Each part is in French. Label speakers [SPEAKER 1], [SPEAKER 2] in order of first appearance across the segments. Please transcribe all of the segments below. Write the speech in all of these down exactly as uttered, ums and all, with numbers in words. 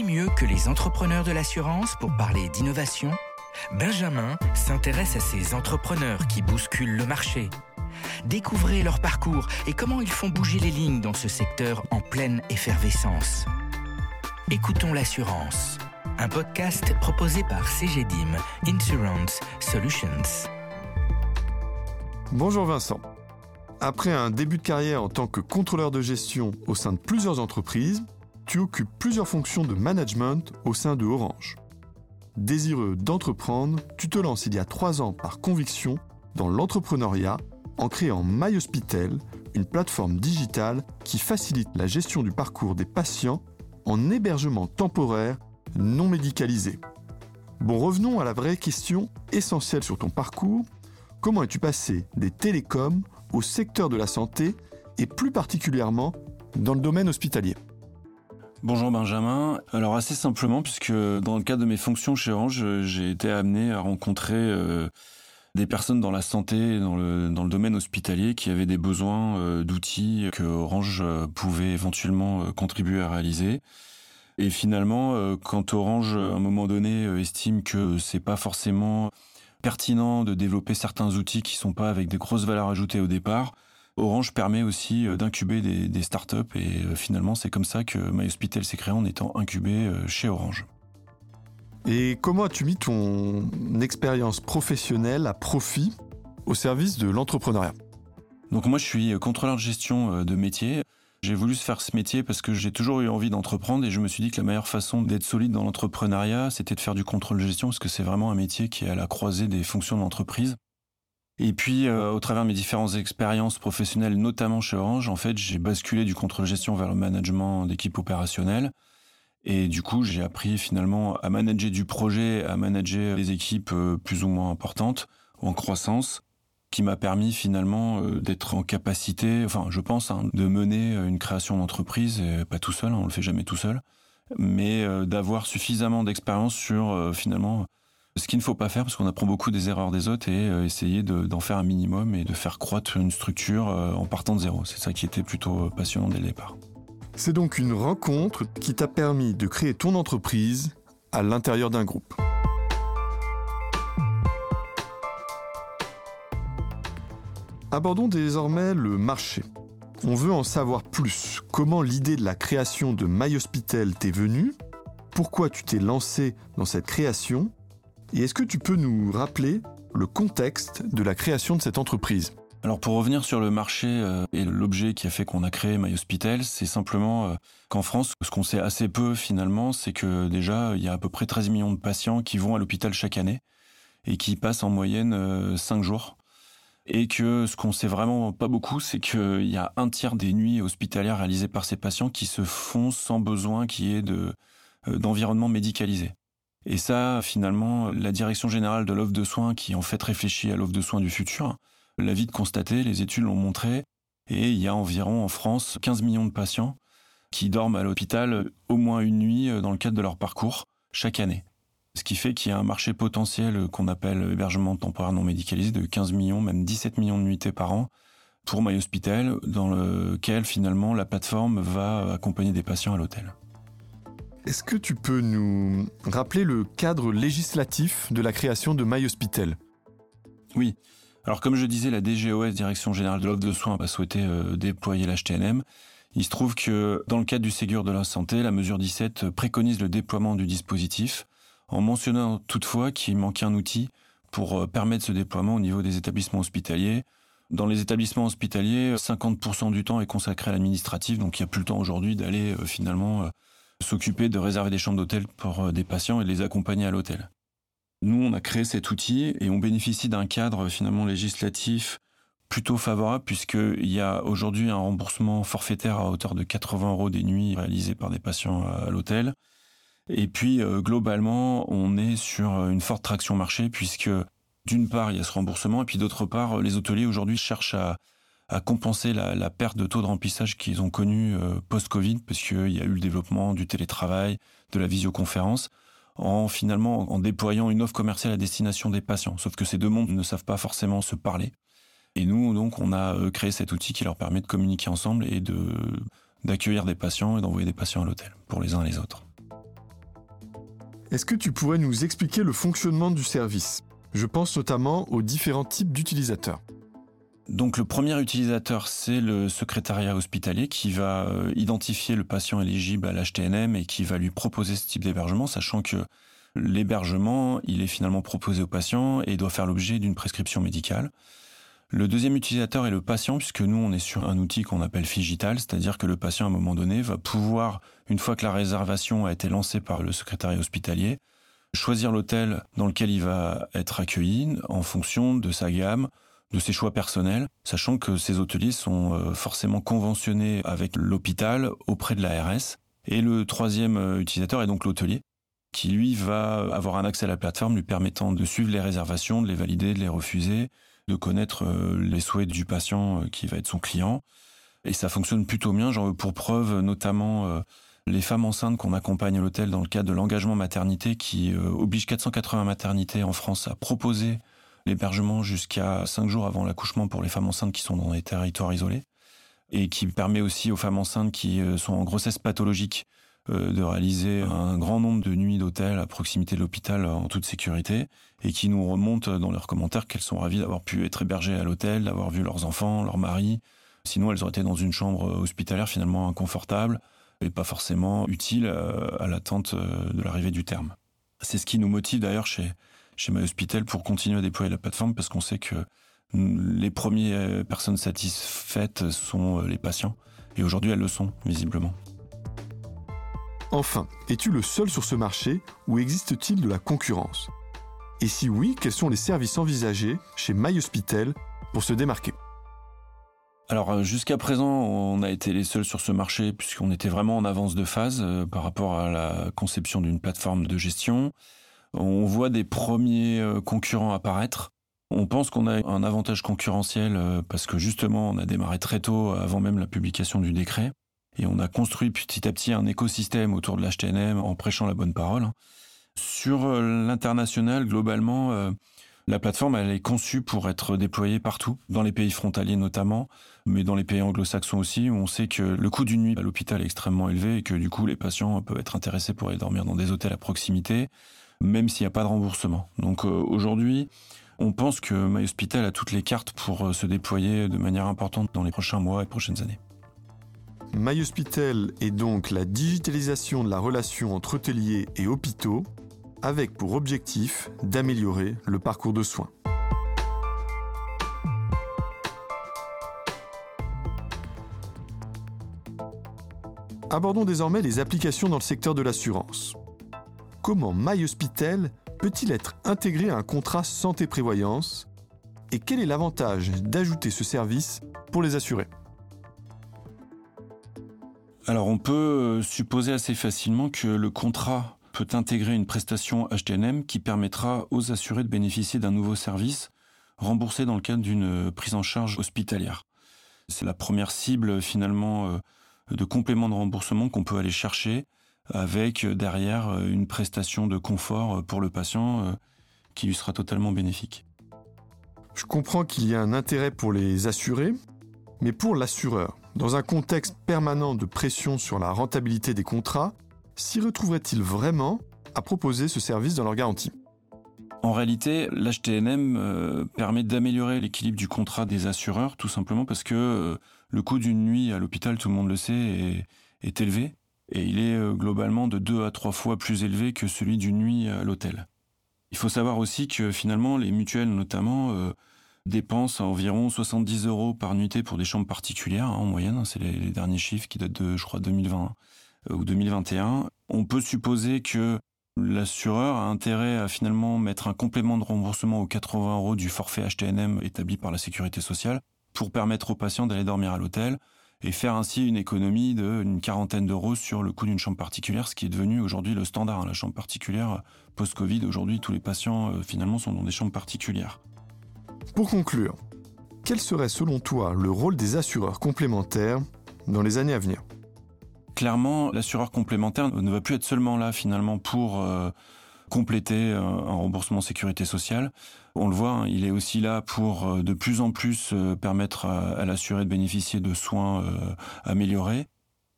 [SPEAKER 1] mieux que les entrepreneurs de l'assurance pour parler d'innovation? Benjamin s'intéresse à ces entrepreneurs qui bousculent le marché. Découvrez leur parcours et comment ils font bouger les lignes dans ce secteur en pleine effervescence. Écoutons l'assurance, un podcast proposé par C G D I M Insurance Solutions.
[SPEAKER 2] Bonjour Vincent. Après un début de carrière en tant que contrôleur de gestion au sein de plusieurs entreprises, tu occupes plusieurs fonctions de management au sein de Orange. Désireux d'entreprendre, tu te lances il y a trois ans par conviction dans l'entrepreneuriat en créant MyHospital, une plateforme digitale qui facilite la gestion du parcours des patients en hébergement temporaire non médicalisé. Bon, revenons à la vraie question essentielle sur ton parcours. Comment es-tu passé des télécoms au secteur de la santé et plus particulièrement dans le domaine hospitalier ?
[SPEAKER 3] Bonjour Benjamin. Alors assez simplement, puisque dans le cadre de mes fonctions chez Orange, j'ai été amené à rencontrer euh, des personnes dans la santé, dans le dans le domaine hospitalier, qui avaient des besoins euh, d'outils que Orange euh, pouvait éventuellement euh, contribuer à réaliser. Et finalement, euh, quand Orange, à un moment donné, euh, estime que c'est pas forcément pertinent de développer certains outils qui sont pas avec des grosses valeurs ajoutées au départ, Orange permet aussi d'incuber des, des startups et finalement c'est comme ça que MyHospital s'est créé en étant incubé chez Orange.
[SPEAKER 2] Et comment as-tu mis ton expérience professionnelle à profit au service de l'entrepreneuriat ?
[SPEAKER 3] Donc moi je suis contrôleur de gestion de métier. J'ai voulu faire ce métier parce que j'ai toujours eu envie d'entreprendre et je me suis dit que la meilleure façon d'être solide dans l'entrepreneuriat, c'était de faire du contrôle de gestion parce que c'est vraiment un métier qui est à la croisée des fonctions de l'entreprise. Et puis, euh, au travers de mes différentes expériences professionnelles, notamment chez Orange, en fait, j'ai basculé du contrôle de gestion vers le management d'équipe opérationnelle. Et du coup, j'ai appris finalement à manager du projet, à manager des équipes euh, plus ou moins importantes, en croissance, qui m'a permis finalement euh, d'être en capacité, enfin, je pense, hein, de mener une création d'entreprise, et pas tout seul, hein, on le fait jamais tout seul, mais euh, d'avoir suffisamment d'expérience sur euh, finalement ce qu'il ne faut pas faire, parce qu'on apprend beaucoup des erreurs des autres et euh, essayer de, d'en faire un minimum et de faire croître une structure euh, en partant de zéro. C'est ça qui était plutôt passionnant dès le départ.
[SPEAKER 2] C'est donc une rencontre qui t'a permis de créer ton entreprise à l'intérieur d'un groupe. Abordons désormais le marché. On veut en savoir plus. Comment l'idée de la création de MyHospital t'est venue ? Pourquoi tu t'es lancé dans cette création ? Et est-ce que tu peux nous rappeler le contexte de la création de cette entreprise ?
[SPEAKER 3] Alors pour revenir sur le marché euh, et l'objet qui a fait qu'on a créé MyHospital, c'est simplement euh, qu'en France, ce qu'on sait assez peu finalement, c'est que déjà il y a à peu près treize millions de patients qui vont à l'hôpital chaque année et qui passent en moyenne euh, cinq jours. Et que ce qu'on sait vraiment pas beaucoup, c'est qu'il y a un tiers des nuits hospitalières réalisées par ces patients qui se font sans besoin qu'il y ait de, euh, d'environnement médicalisé. Et ça, finalement, la direction générale de l'offre de soins qui en fait réfléchit à l'offre de soins du futur, l'a vite constaté, les études l'ont montré, et il y a environ en France quinze millions de patients qui dorment à l'hôpital au moins une nuit dans le cadre de leur parcours chaque année. Ce qui fait qu'il y a un marché potentiel qu'on appelle hébergement temporaire non médicalisé de quinze millions, même dix-sept millions de nuitées par an pour MyHospital, dans lequel finalement la plateforme va accompagner des patients à l'hôtel.
[SPEAKER 2] Est-ce que tu peux nous rappeler le cadre législatif de la création de MyHospital ?
[SPEAKER 3] Oui. Alors comme je disais, la D G O S, Direction Générale de l'Offre de Soins, a souhaité euh, déployer l'H T N M. Il se trouve que dans le cadre du Ségur de la Santé, la mesure dix-sept préconise le déploiement du dispositif, en mentionnant toutefois qu'il manquait un outil pour euh, permettre ce déploiement au niveau des établissements hospitaliers. Dans les établissements hospitaliers, cinquante pour cent du temps est consacré à l'administratif, donc il n'y a plus le temps aujourd'hui d'aller euh, finalement... Euh, s'occuper de réserver des chambres d'hôtel pour des patients et de les accompagner à l'hôtel. Nous, on a créé cet outil et on bénéficie d'un cadre finalement législatif plutôt favorable puisqu'il y a aujourd'hui un remboursement forfaitaire à hauteur de quatre-vingts euros des nuits réalisées par des patients à l'hôtel. Et puis, euh, globalement, on est sur une forte traction marché puisque d'une part, il y a ce remboursement et puis d'autre part, les hôteliers aujourd'hui cherchent à à compenser la, la perte de taux de remplissage qu'ils ont connu euh, post-Covid, parce qu'il y a eu le développement du télétravail, de la visioconférence, en finalement en déployant une offre commerciale à destination des patients. Sauf que ces deux mondes ne savent pas forcément se parler. Et nous, donc, on a créé cet outil qui leur permet de communiquer ensemble et de d'accueillir des patients et d'envoyer des patients à l'hôtel, pour les uns et les autres.
[SPEAKER 2] Est-ce que tu pourrais nous expliquer le fonctionnement du service ? Je pense notamment aux différents types d'utilisateurs.
[SPEAKER 3] Donc le premier utilisateur, c'est le secrétariat hospitalier qui va identifier le patient éligible à l'H T N M et qui va lui proposer ce type d'hébergement, sachant que l'hébergement, il est finalement proposé au patient et doit faire l'objet d'une prescription médicale. Le deuxième utilisateur est le patient, puisque nous, on est sur un outil qu'on appelle Figital, c'est-à-dire que le patient, à un moment donné, va pouvoir, une fois que la réservation a été lancée par le secrétariat hospitalier, choisir l'hôtel dans lequel il va être accueilli en fonction de sa gamme, de ses choix personnels, sachant que ces hôteliers sont forcément conventionnés avec l'hôpital auprès de l'A R S. Et le troisième utilisateur est donc l'hôtelier, qui lui va avoir un accès à la plateforme lui permettant de suivre les réservations, de les valider, de les refuser, de connaître les souhaits du patient qui va être son client. Et ça fonctionne plutôt bien. J'en veux pour preuve notamment les femmes enceintes qu'on accompagne à l'hôtel dans le cadre de l'engagement maternité qui oblige quatre cent quatre-vingts maternités en France à proposer l'hébergement jusqu'à cinq jours avant l'accouchement pour les femmes enceintes qui sont dans des territoires isolés et qui permet aussi aux femmes enceintes qui sont en grossesse pathologique de réaliser un grand nombre de nuits d'hôtel à proximité de l'hôpital en toute sécurité et qui nous remontent dans leurs commentaires qu'elles sont ravies d'avoir pu être hébergées à l'hôtel, d'avoir vu leurs enfants, leurs maris. Sinon, elles auraient été dans une chambre hospitalière finalement inconfortable et pas forcément utile à l'attente de l'arrivée du terme. C'est ce qui nous motive d'ailleurs chez, chez MyHospital pour continuer à déployer la plateforme parce qu'on sait que les premières personnes satisfaites sont les patients et aujourd'hui elles le sont visiblement.
[SPEAKER 2] Enfin, es-tu le seul sur ce marché ou existe-t-il de la concurrence ? Et si oui, quels sont les services envisagés chez MyHospital pour se démarquer ?
[SPEAKER 3] Alors jusqu'à présent, on a été les seuls sur ce marché puisqu'on était vraiment en avance de phase euh, par rapport à la conception d'une plateforme de gestion. On voit des premiers euh, concurrents apparaître. On pense qu'on a un avantage concurrentiel euh, parce que justement, on a démarré très tôt avant même la publication du décret. Et on a construit petit à petit un écosystème autour de l'H T N M en prêchant la bonne parole. Sur l'international, globalement, euh, la plateforme elle est conçue pour être déployée partout, dans les pays frontaliers notamment, mais dans les pays anglo-saxons aussi, où on sait que le coût d'une nuit à l'hôpital est extrêmement élevé et que du coup les patients peuvent être intéressés pour aller dormir dans des hôtels à proximité, même s'il n'y a pas de remboursement. Donc euh, aujourd'hui, on pense que MyHospital a toutes les cartes pour se déployer de manière importante dans les prochains mois et prochaines années.
[SPEAKER 2] MyHospital est donc la digitalisation de la relation entre hôteliers et hôpitaux, avec pour objectif d'améliorer le parcours de soins. Abordons désormais les applications dans le secteur de l'assurance. Comment MyHospital peut-il être intégré à un contrat santé-prévoyance ? Et quel est l'avantage d'ajouter ce service pour les assurés ?
[SPEAKER 3] Alors on peut supposer assez facilement que le contrat peut intégrer une prestation H T N M qui permettra aux assurés de bénéficier d'un nouveau service remboursé dans le cadre d'une prise en charge hospitalière. C'est la première cible finalement de complément de remboursement qu'on peut aller chercher avec derrière une prestation de confort pour le patient qui lui sera totalement bénéfique.
[SPEAKER 2] Je comprends qu'il y a un intérêt pour les assurés, mais pour l'assureur, dans un contexte permanent de pression sur la rentabilité des contrats, s'y retrouverait-il vraiment à proposer ce service dans leur garantie ?
[SPEAKER 3] En réalité, l'H T N M euh, permet d'améliorer l'équilibre du contrat des assureurs, tout simplement parce que euh, le coût d'une nuit à l'hôpital, tout le monde le sait, est, est élevé. Et il est euh, globalement de deux à trois fois plus élevé que celui d'une nuit à l'hôtel. Il faut savoir aussi que finalement, les mutuelles notamment euh, dépensent environ soixante-dix euros par nuitée pour des chambres particulières, hein, en moyenne. Hein, c'est les, les derniers chiffres qui datent de, je crois, deux mille vingt euh, ou deux mille vingt et un. On peut supposer que l'assureur a intérêt à finalement mettre un complément de remboursement aux quatre-vingts euros du forfait H T N M établi par la Sécurité sociale pour permettre aux patients d'aller dormir à l'hôtel et faire ainsi une économie d'une quarantaine d'euros sur le coût d'une chambre particulière, ce qui est devenu aujourd'hui le standard. La chambre particulière post-Covid, aujourd'hui tous les patients euh, finalement sont dans des chambres particulières.
[SPEAKER 2] Pour conclure, quel serait selon toi le rôle des assureurs complémentaires dans les années à venir ?
[SPEAKER 3] Clairement, l'assureur complémentaire ne va plus être seulement là finalement pour euh, compléter un, un remboursement sécurité sociale. On le voit, hein, il est aussi là pour euh, de plus en plus euh, permettre à, à l'assuré de bénéficier de soins euh, améliorés.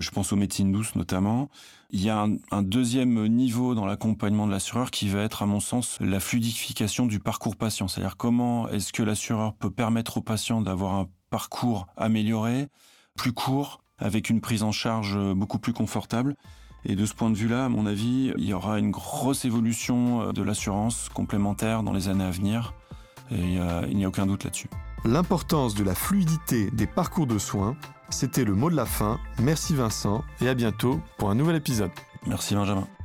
[SPEAKER 3] Je pense aux médecines douces notamment. Il y a un, un deuxième niveau dans l'accompagnement de l'assureur qui va être, à mon sens, la fluidification du parcours patient. C'est-à-dire comment est-ce que l'assureur peut permettre au patient d'avoir un parcours amélioré, plus court, avec une prise en charge beaucoup plus confortable. Et de ce point de vue-là, à mon avis, il y aura une grosse évolution de l'assurance complémentaire dans les années à venir. Et euh, il n'y a aucun doute là-dessus.
[SPEAKER 2] L'importance de la fluidité des parcours de soins, c'était le mot de la fin. Merci Vincent et à bientôt pour un nouvel épisode.
[SPEAKER 3] Merci Benjamin.